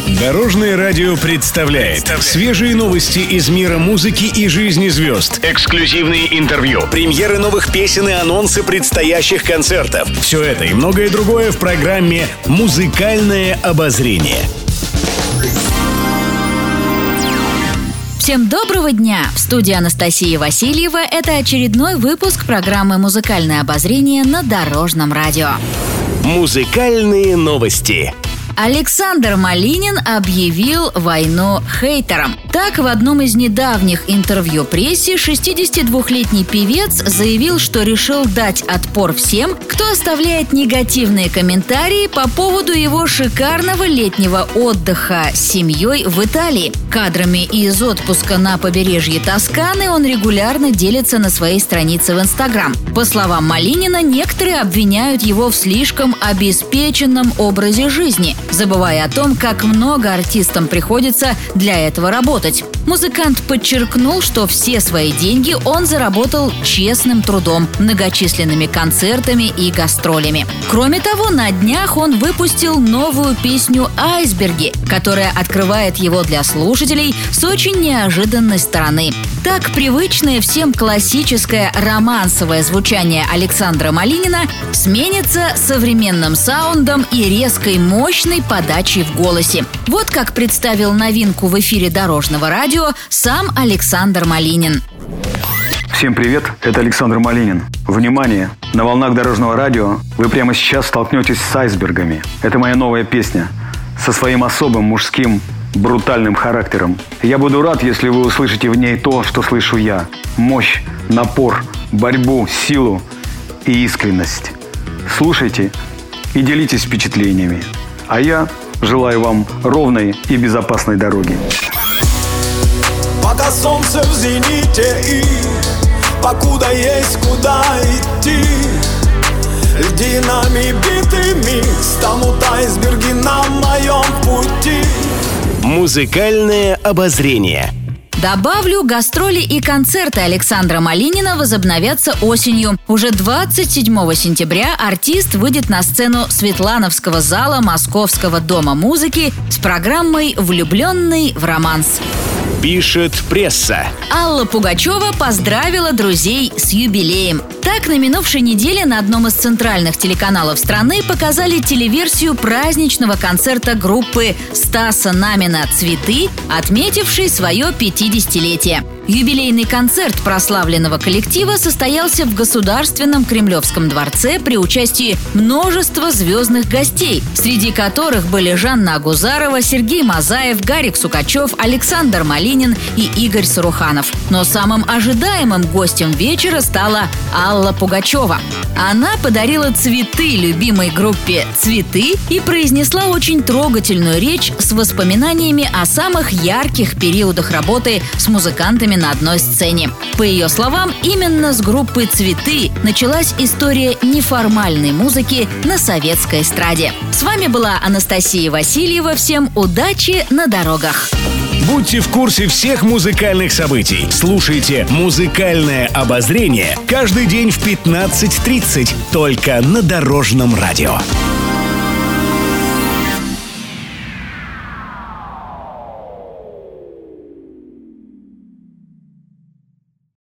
Дорожное радио представляет свежие новости из мира музыки и жизни звезд. Эксклюзивные интервью, премьеры новых песен и анонсы предстоящих концертов. Все это и многое другое в программе «Музыкальное обозрение». Всем доброго дня! В студии Анастасия Васильева. Это очередной выпуск программы «Музыкальное обозрение» на Дорожном радио. Музыкальные новости. Александр Малинин объявил войну хейтерам. Так, в одном из недавних интервью прессе 62-летний певец заявил, что решил дать отпор всем, кто оставляет негативные комментарии по поводу его шикарного летнего отдыха с семьей в Италии. Кадрами из отпуска на побережье Тосканы он регулярно делится на своей странице в Инстаграм. По словам Малинина, некоторые обвиняют его в слишком обеспеченном образе жизни, забывая о том, как много артистам приходится для этого работать. Музыкант подчеркнул, что все свои деньги он заработал честным трудом, многочисленными концертами и гастролями. Кроме того, на днях он выпустил новую песню «Айсберги», которая открывает его для слушателей с очень неожиданной стороны. Так, привычное всем классическое романсовое звучание Александра Малинина сменится современным саундом и резкой мощной подачей в голосе. Вот как представил новинку в эфире Дорожного радио сам Александр Малинин. Всем привет, это Александр Малинин. Внимание! На волнах Дорожного радио вы прямо сейчас столкнетесь с айсбергами. Это моя новая песня со своим особым мужским брутальным характером. Я буду рад, если вы услышите в ней то, что слышу я. Мощь, напор, борьбу, силу и искренность. Слушайте и делитесь впечатлениями. А я желаю вам ровной и безопасной дороги. Пока солнце в зените и покуда есть куда идти, льдинами битыми станут айсберги на моем пути. Музыкальное обозрение. Добавлю, гастроли и концерты Александра Малинина возобновятся осенью. Уже 27 сентября артист выйдет на сцену Светлановского зала Московского дома музыки с программой «Влюбленный в романс». Пишет пресса. Алла Пугачева поздравила друзей с юбилеем. Так, на минувшей неделе на одном из центральных телеканалов страны показали телеверсию праздничного концерта группы Стаса Намина «Цветы», отметившей свое 50-летие. Юбилейный концерт прославленного коллектива состоялся в Государственном Кремлевском дворце при участии множества звездных гостей, среди которых были Жанна Агузарова, Сергей Мазаев, Гарик Сукачев, Александр Малинин и Игорь Саруханов. Но самым ожидаемым гостем вечера стала Алла Пугачева. Она подарила цветы любимой группе «Цветы» и произнесла очень трогательную речь с воспоминаниями о самых ярких периодах работы с музыкантами на одной сцене. По ее словам, именно с группы «Цветы» началась история неформальной музыки на советской эстраде. С вами была Анастасия Васильева. Всем удачи на дорогах! Будьте в курсе всех музыкальных событий. Слушайте «Музыкальное обозрение» каждый день в 15:30 только на Дорожном радио.